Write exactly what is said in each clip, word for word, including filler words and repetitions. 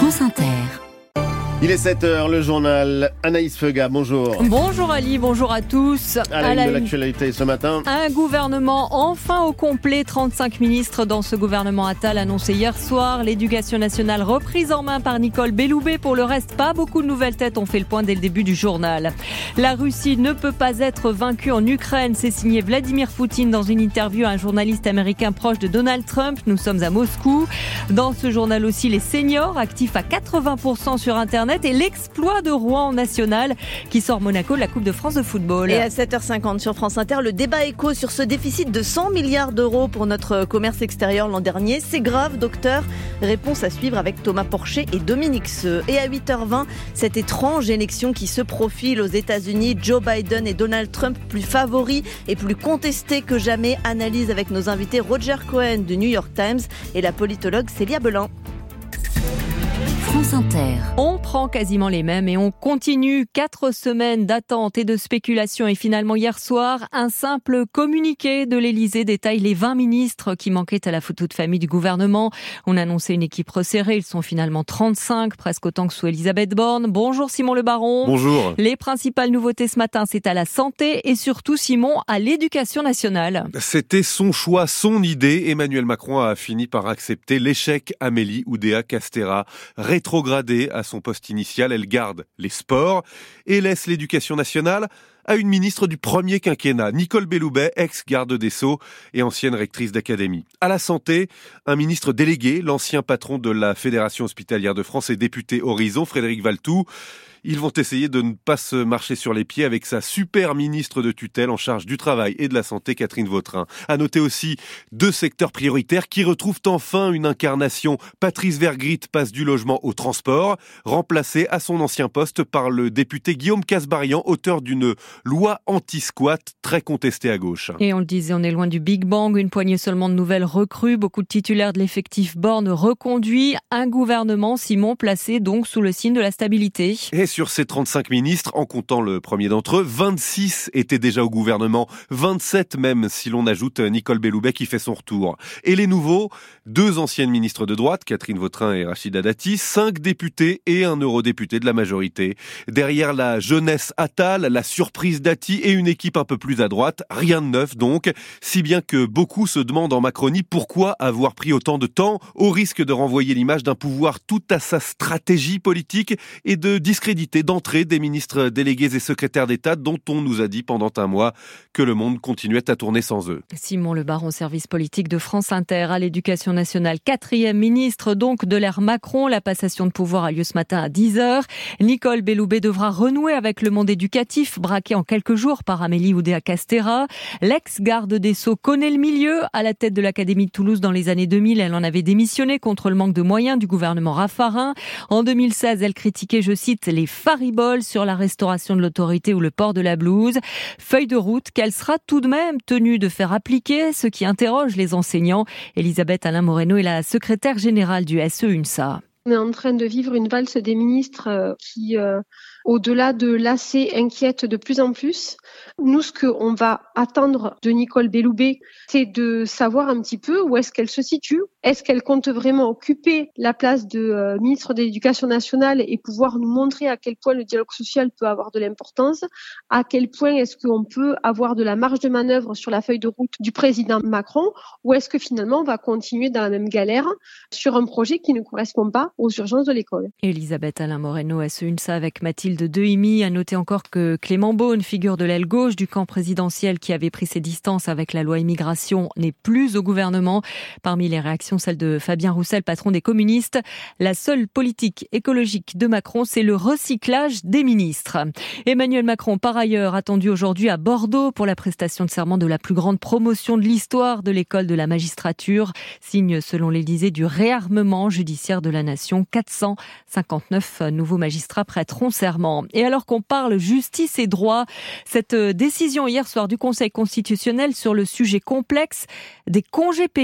France Inter. Il est sept heures, le journal. Anaïs Feuga, bonjour. Bonjour Ali, bonjour à tous. À la, à la une de l'actualité ce matin. Un gouvernement enfin au complet, trente-cinq ministres dans ce gouvernement Attal annoncé hier soir. L'éducation nationale reprise en main par Nicole Belloubet. Pour le reste, pas beaucoup de nouvelles têtes, on fait le point dès le début du journal. La Russie ne peut pas être vaincue en Ukraine, c'est signé Vladimir Poutine dans une interview à un journaliste américain proche de Donald Trump. Nous sommes à Moscou. Dans ce journal aussi, les seniors actifs à quatre-vingts pour cent sur Internet. Et l'exploit de Rouen national qui sort Monaco de la Coupe de France de football. Et à sept heures cinquante sur France Inter, le débat écho sur ce déficit de cent milliards d'euros pour notre commerce extérieur l'an dernier. C'est grave, docteur. Réponse à suivre avec Thomas Porcher et Dominique Seux. Et à huit heures vingt, cette étrange élection qui se profile aux États-Unis. Joe Biden et Donald Trump plus favoris et plus contestés que jamais. Analyse avec nos invités Roger Cohen du New York Times et la politologue Célia Belin. France Inter. On prend quasiment les mêmes et on continue. Quatre semaines d'attente et de spéculation et finalement hier soir, un simple communiqué de l'Élysée détaille les vingt ministres qui manquaient à la photo de famille du gouvernement. On annonçait une équipe resserrée, ils sont finalement trente-cinq, presque autant que sous Elisabeth Borne. Bonjour Simon Le Baron. Bonjour. Les principales nouveautés ce matin, c'est à la santé et surtout Simon, à l'éducation nationale. C'était son choix, son idée. Emmanuel Macron a fini par accepter l'échec Amélie Oudéa-Castéra. Rétrogradée à son poste initial, elle garde les sports et laisse l'éducation nationale à une ministre du premier quinquennat, Nicole Belloubet, ex-garde des Sceaux et ancienne rectrice d'académie. À la santé, un ministre délégué, l'ancien patron de la Fédération hospitalière de France et député Horizon, Frédéric Valletoux. Ils vont essayer de ne pas se marcher sur les pieds avec sa super ministre de tutelle en charge du travail et de la santé, Catherine Vautrin. À noter aussi deux secteurs prioritaires qui retrouvent enfin une incarnation. Patrice Vergrit passe du logement au transport, remplacé à son ancien poste par le député Guillaume Kasbarian, auteur d'une loi anti-squat très contestée à gauche. Et on le disait, on est loin du Big Bang, une poignée seulement de nouvelles recrues, beaucoup de titulaires de l'effectif Borne reconduits, un gouvernement, Simon, placé donc sous le signe de la stabilité. Et sur ces trente-cinq ministres, en comptant le premier d'entre eux, vingt-six étaient déjà au gouvernement, vingt-sept même si l'on ajoute Nicole Belloubet qui fait son retour. Et les nouveaux, deux anciennes ministres de droite, Catherine Vautrin et Rachida Dati, cinq députés et un eurodéputé de la majorité. Derrière la jeunesse Attal, la surprise Dati et une équipe un peu plus à droite, rien de neuf donc, si bien que beaucoup se demandent en Macronie pourquoi avoir pris autant de temps, au risque de renvoyer l'image d'un pouvoir tout à sa stratégie politique et de discréditer d'entrée des ministres délégués et secrétaires d'État dont on nous a dit pendant un mois que le monde continuait à tourner sans eux. Simon Le Baron, service politique de France Inter à l'éducation nationale, quatrième ministre donc de l'ère Macron. La passation de pouvoir a lieu ce matin à dix heures. Nicole Belloubet devra renouer avec le monde éducatif, braqué en quelques jours par Amélie Oudéa-Castéra. L'ex-garde des Sceaux connaît le milieu. À la tête de l'Académie de Toulouse dans les années deux mille, elle en avait démissionné contre le manque de moyens du gouvernement Raffarin. En deux mille seize, elle critiquait, je cite, les fariboles sur la restauration de l'autorité ou le port de la blouse. Feuille de route qu'elle sera tout de même tenue de faire appliquer, ce qui interroge les enseignants. Elisabeth Alain Moreno est la secrétaire générale du S E U N S A. On est en train de vivre une valse des ministres qui, euh, au-delà de lasser, inquiète de plus en plus. Nous, ce qu'on va attendre de Nicole Belloubet, c'est de savoir un petit peu où est-ce qu'elle se situe. Est-ce qu'elle compte vraiment occuper la place de euh, ministre de l'Éducation nationale et pouvoir nous montrer à quel point le dialogue social peut avoir de l'importance? À quel point est-ce qu'on peut avoir de la marge de manœuvre sur la feuille de route du président Macron? Ou est-ce que finalement on va continuer dans la même galère sur un projet qui ne correspond pas aux urgences de l'école? Elisabeth Alain Moreno, S E U N S A avec Mathilde Dehimi. À noter encore que Clément Beaune, figure de l'aile gauche du camp présidentiel qui avait pris ses distances avec la loi immigration, n'est plus au gouvernement. Parmi les réactions, celle de Fabien Roussel, patron des communistes. La seule politique écologique de Macron, c'est le recyclage des ministres. Emmanuel Macron, par ailleurs, attendu aujourd'hui à Bordeaux pour la prestation de serment de la plus grande promotion de l'histoire de l'école de la magistrature. Signe, selon l'Élysée, du réarmement judiciaire de la nation. quatre cent cinquante-neuf nouveaux magistrats prêteront serment. Et alors qu'on parle justice et droit, cette décision hier soir du Conseil constitutionnel sur le sujet complexe des congés payés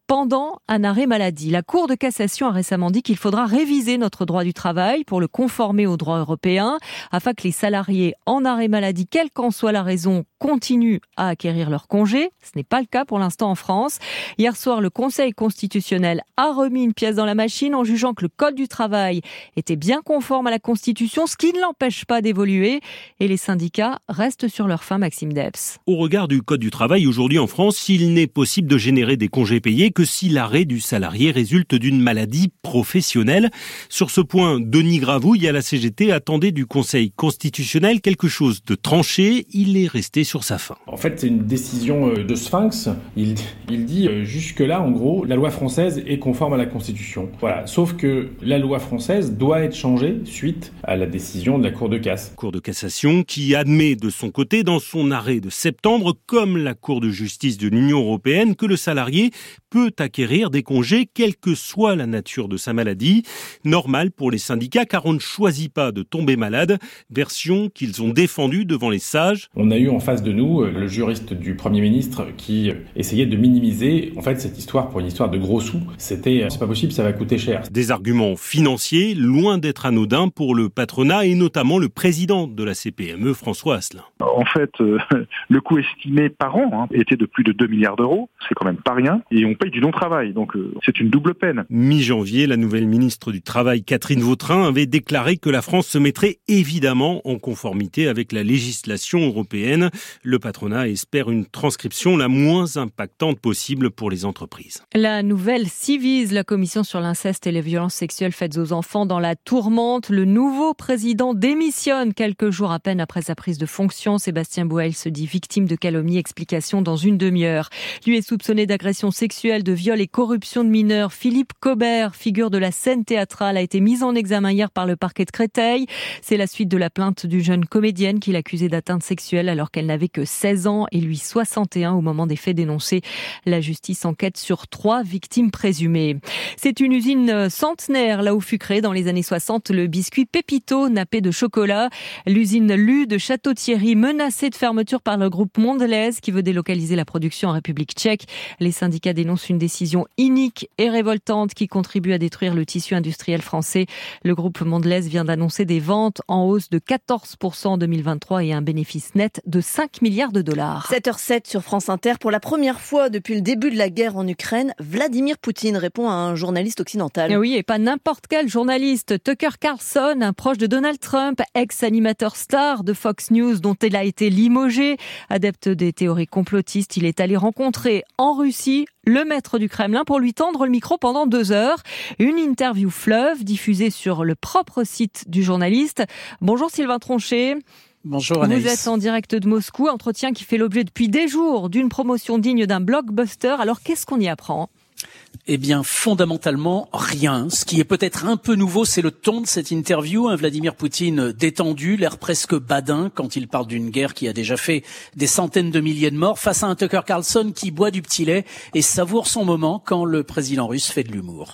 pendant un arrêt maladie. La Cour de cassation a récemment dit qu'il faudra réviser notre droit du travail pour le conformer au droit européen, afin que les salariés en arrêt maladie, quelle qu'en soit la raison, continuent à acquérir leur congé. Ce n'est pas le cas pour l'instant en France. Hier soir, le Conseil constitutionnel a remis une pièce dans la machine en jugeant que le Code du travail était bien conforme à la Constitution, ce qui ne l'empêche pas d'évoluer. Et les syndicats restent sur leur faim, Maxime Debs. Au regard du Code du travail, aujourd'hui en France, il n'est possible de générer des congés payés que si l'arrêt du salarié résulte d'une maladie professionnelle. Sur ce point, Denis Gravouille à la C G T attendait du Conseil constitutionnel quelque chose de tranché. Il est resté sur sa faim. En fait, c'est une décision de Sphinx. Il, il dit euh, jusque-là, en gros, la loi française est conforme à la Constitution. Voilà. Sauf que la loi française doit être changée suite à la décision de la Cour de casse. Cour de cassation qui admet de son côté, dans son arrêt de septembre, comme la Cour de justice de l'Union européenne, que le salarié peut acquérir des congés, quelle que soit la nature de sa maladie. Normal pour les syndicats, car on ne choisit pas de tomber malade. Version qu'ils ont défendue devant les sages. On a eu en face de nous le juriste du Premier ministre qui essayait de minimiser en fait cette histoire pour une histoire de gros sous. C'était c'est pas possible, ça va coûter cher. Des arguments financiers loin d'être anodins pour le patronat et notamment le président de la C P M E, François Asselin. En fait, euh, le coût estimé par an hein, était de plus de deux milliards d'euros. C'est quand même pas rien. Et on paye du non-travail. Donc euh, c'est une double peine. Mi-janvier, la nouvelle ministre du Travail, Catherine Vautrin, avait déclaré que la France se mettrait évidemment en conformité avec la législation européenne. Le patronat espère une transcription la moins impactante possible pour les entreprises. La nouvelle Civise, la commission sur l'inceste et les violences sexuelles faites aux enfants dans la tourmente. Le nouveau président démissionne quelques jours à peine après sa prise de fonction. Sébastien Bouel se dit victime de calomnie. Explication dans une demi-heure. Lui est soupçonné d'agression sexuelle, de viol et corruption de mineurs. Philippe Cobert, figure de la scène théâtrale, a été mis en examen hier par le parquet de Créteil. C'est la suite de la plainte d'une jeune comédienne qui l'accusait d'atteinte sexuelle alors qu'elle n'avait que seize ans et lui soixante et un au moment des faits dénoncés. La justice enquête sur trois victimes présumées. C'est une usine centenaire, là où fut créé dans les années soixante le biscuit Pépito, nappé de chocolat. L'usine Lu de Château-Thierry, menacée de fermeture par le groupe Mondelez qui veut délocaliser la production en République tchèque. Les syndicats dénoncent une décision inique et révoltante qui contribue à détruire le tissu industriel français. Le groupe Mondelez vient d'annoncer des ventes en hausse de quatorze pour cent en deux mille vingt-trois et un bénéfice net de cinq milliards de dollars. sept heures sept sur France Inter. Pour la première fois depuis le début de la guerre en Ukraine, Vladimir Poutine répond à un journaliste occidental. Et oui, et pas n'importe quel journaliste. Tucker Carlson, un proche de Donald Trump, ex-animateur star de Fox News dont il a été limogé. Adepte des théories complotistes, il est allé rencontrer en Russie le maître du Kremlin pour lui tendre le micro pendant deux heures. Une interview fleuve diffusée sur le propre site du journaliste. Bonjour Sylvain Tronchet. Bonjour Anaïs. Vous êtes en direct de Moscou, entretien qui fait l'objet depuis des jours d'une promotion digne d'un blockbuster. Alors qu'est-ce qu'on y apprend ? Eh bien, fondamentalement, rien. Ce qui est peut-être un peu nouveau, c'est le ton de cette interview. Un Vladimir Poutine détendu, l'air presque badin quand il parle d'une guerre qui a déjà fait des centaines de milliers de morts, face à un Tucker Carlson qui boit du petit lait et savoure son moment quand le président russe fait de l'humour.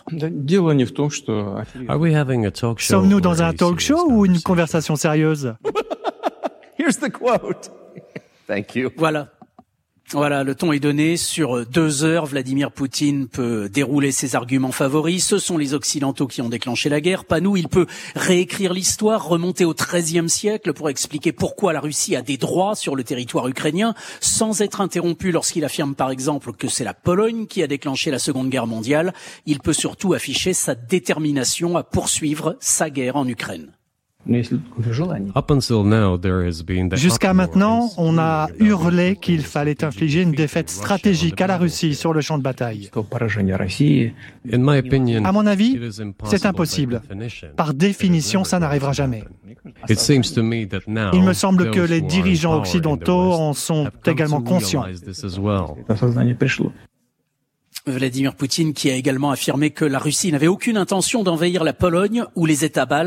Sommes-nous dans un talk show ou une conversation sérieuse ? Here's the quote. Thank you. Voilà. Voilà, le ton est donné. Sur deux heures, Vladimir Poutine peut dérouler ses arguments favoris. Ce sont les Occidentaux qui ont déclenché la guerre, pas nous. Il peut réécrire l'histoire, remonter au treizième siècle pour expliquer pourquoi la Russie a des droits sur le territoire ukrainien, sans être interrompu lorsqu'il affirme par exemple que c'est la Pologne qui a déclenché la Seconde Guerre mondiale. Il peut surtout afficher sa détermination à poursuivre sa guerre en Ukraine. Jusqu'à maintenant, on a hurlé qu'il fallait infliger une défaite stratégique à la Russie sur le champ de bataille. À mon avis, c'est impossible. Par définition, ça n'arrivera jamais. Il me semble que les dirigeants occidentaux en sont également conscients. Vladimir Poutine qui a également affirmé que la Russie n'avait aucune intention d'envahir la Pologne ou les États baltes.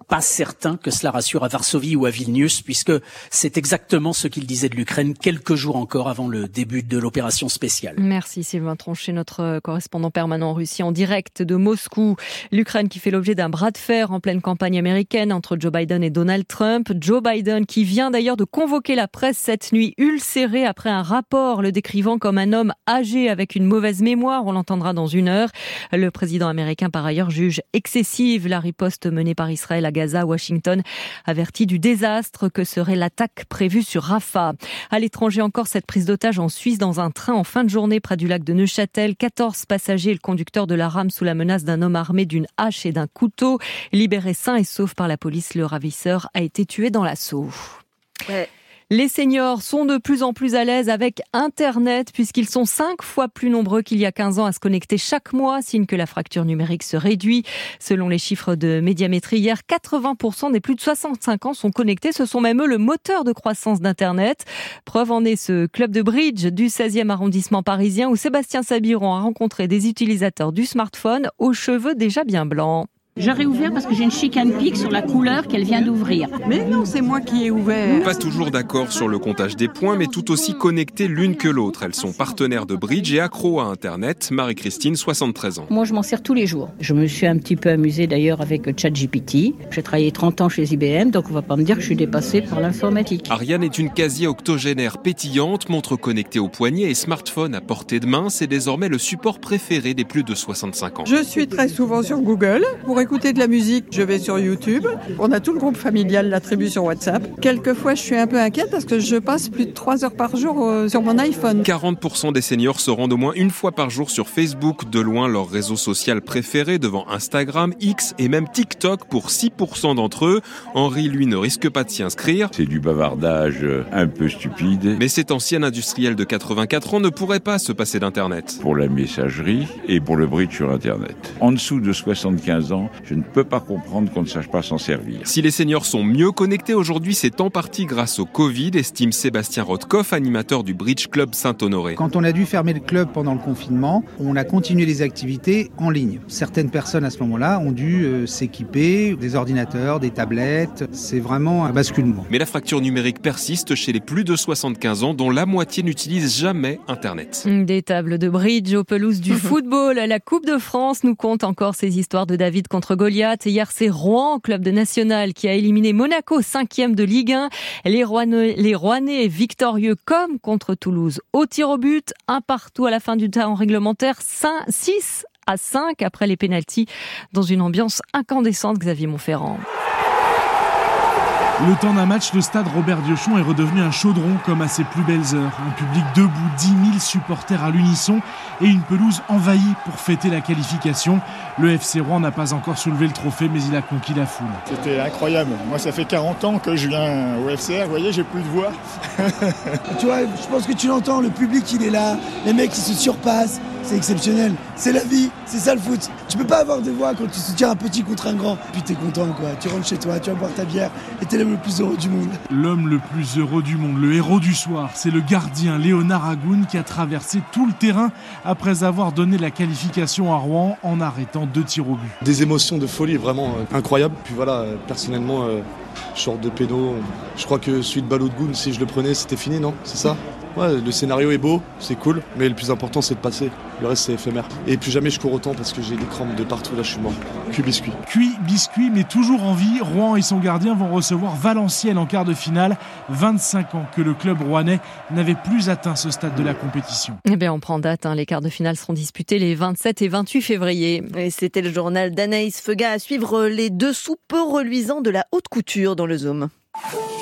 pas certain que cela rassure à Varsovie ou à Vilnius, puisque c'est exactement ce qu'il disait de l'Ukraine quelques jours encore avant le début de l'opération spéciale. Merci Sylvain Tronchet, notre correspondant permanent en Russie, en direct de Moscou. L'Ukraine qui fait l'objet d'un bras de fer en pleine campagne américaine entre Joe Biden et Donald Trump. Joe Biden qui vient d'ailleurs de convoquer la presse cette nuit, ulcéré après un rapport le décrivant comme un homme âgé avec une mauvaise mémoire. On l'entendra dans une heure. Le président américain, par ailleurs, juge excessive la riposte menée par Israël à Gaza. Washington avertit du désastre que serait l'attaque prévue sur Rafah. À l'étranger encore, cette prise d'otage en Suisse dans un train en fin de journée près du lac de Neuchâtel. quatorze passagers et le conducteur de la rame sous la menace d'un homme armé d'une hache et d'un couteau. Libéré sain et sauf par la police, le ravisseur a été tué dans l'assaut. Ouais. Les seniors sont de plus en plus à l'aise avec Internet puisqu'ils sont cinq fois plus nombreux qu'il y a quinze ans à se connecter chaque mois, signe que la fracture numérique se réduit. Selon les chiffres de Médiamétrie hier, quatre-vingts pour cent des plus de soixante-cinq ans sont connectés. Ce sont même eux le moteur de croissance d'Internet. Preuve en est ce club de bridge du seizième arrondissement parisien où Sébastien Sabiron a rencontré des utilisateurs du smartphone aux cheveux déjà bien blancs. J'aurais ouvert parce que j'ai une chicane pique sur la couleur qu'elle vient d'ouvrir. Mais non, c'est moi qui ai ouvert. Pas toujours d'accord sur le comptage des points, mais tout aussi connectées l'une que l'autre. Elles sont partenaires de bridge et accros à Internet. Marie-Christine, soixante-treize ans. Moi, je m'en sers tous les jours. Je me suis un petit peu amusée d'ailleurs avec ChatGPT. J'ai travaillé trente ans chez I B M, donc on va pas me dire que je suis dépassée par l'informatique. Ariane est une quasi-octogénaire pétillante, montre connectée au poignet et smartphone à portée de main. C'est désormais le support préféré des plus de soixante-cinq ans. Je suis très souvent sur Google. Pour écouter de la musique, je vais sur YouTube. On a tout le groupe familial, la tribu sur WhatsApp. Quelquefois, je suis un peu inquiète parce que je passe plus de trois heures par jour euh, sur mon iPhone. quarante pour cent des seniors se rendent au moins une fois par jour sur Facebook, de loin leur réseau social préféré devant Instagram, X et même TikTok pour six pour cent d'entre eux. Henri, lui, ne risque pas de s'y inscrire. C'est du bavardage un peu stupide. Mais cet ancien industriel de quatre-vingt-quatre ans ne pourrait pas se passer d'Internet. Pour la messagerie et pour le bridge sur Internet. En dessous de soixante-quinze ans, je ne peux pas comprendre qu'on ne sache pas s'en servir. Si les seniors sont mieux connectés aujourd'hui, c'est en partie grâce au Covid, estime Sébastien Rothkopf, animateur du Bridge Club Saint-Honoré. Quand on a dû fermer le club pendant le confinement, on a continué les activités en ligne. Certaines personnes à ce moment-là ont dû euh, s'équiper, des ordinateurs, des tablettes. C'est vraiment un basculement. Mais la fracture numérique persiste chez les plus de soixante-quinze ans, dont la moitié n'utilise jamais Internet. Des tables de bridge aux pelouses du football. La Coupe de France nous compte encore ces histoires de David contre Goliath. Hier, c'est Rouen, club de national, qui a éliminé Monaco, cinquième de Ligue un. Les Rouennais, les Rouennais victorieux comme contre Toulouse. Au tir au but, un partout à la fin du temps réglementaire, six à cinq après les pénaltys, dans une ambiance incandescente, Xavier Montferrand. Le temps d'un match, le stade Robert Diochon est redevenu un chaudron comme à ses plus belles heures. Un public debout, dix mille supporters à l'unisson et une pelouse envahie pour fêter la qualification. Le F C Rouen n'a pas encore soulevé le trophée, mais il a conquis la foule. C'était incroyable. Moi, ça fait quarante ans que je viens au F C R. Vous voyez, j'ai plus de voix. Tu vois, je pense que tu l'entends, le public, il est là. Les mecs, ils se surpassent. C'est exceptionnel. C'est la vie, c'est ça le foot. Tu peux pas avoir de voix quand tu soutiens un petit contre un grand. Puis t'es content, quoi. Tu rentres chez toi, tu vas boire ta bière et t'es l'homme le plus heureux du monde. L'homme le plus heureux du monde, le héros du soir, c'est le gardien Léonard Agoun qui a traversé tout le terrain après avoir donné la qualification à Rouen en arrêtant deux tirs au but. Des émotions de folie vraiment euh, incroyables. Puis voilà, euh, personnellement, euh, je sors de péno. Je crois que celui de Balogun, si je le prenais, c'était fini, non ? C'est ça ? Ouais, le scénario est beau, c'est cool, mais le plus important c'est de passer. Le reste c'est éphémère. Et plus jamais je cours autant parce que j'ai des crampes de partout, là je suis mort. Cuit biscuit. Cuit biscuit, mais toujours en vie. Rouen et son gardien vont recevoir Valenciennes en quart de finale. vingt-cinq ans que le club rouennais n'avait plus atteint ce stade de la compétition. Eh bien, on prend date. Hein. Les quarts de finale seront disputés les vingt-sept et vingt-huit février. Et c'était le journal d'Anaïs Feuga à suivre les dessous peu reluisants de la haute couture dans le Zoom.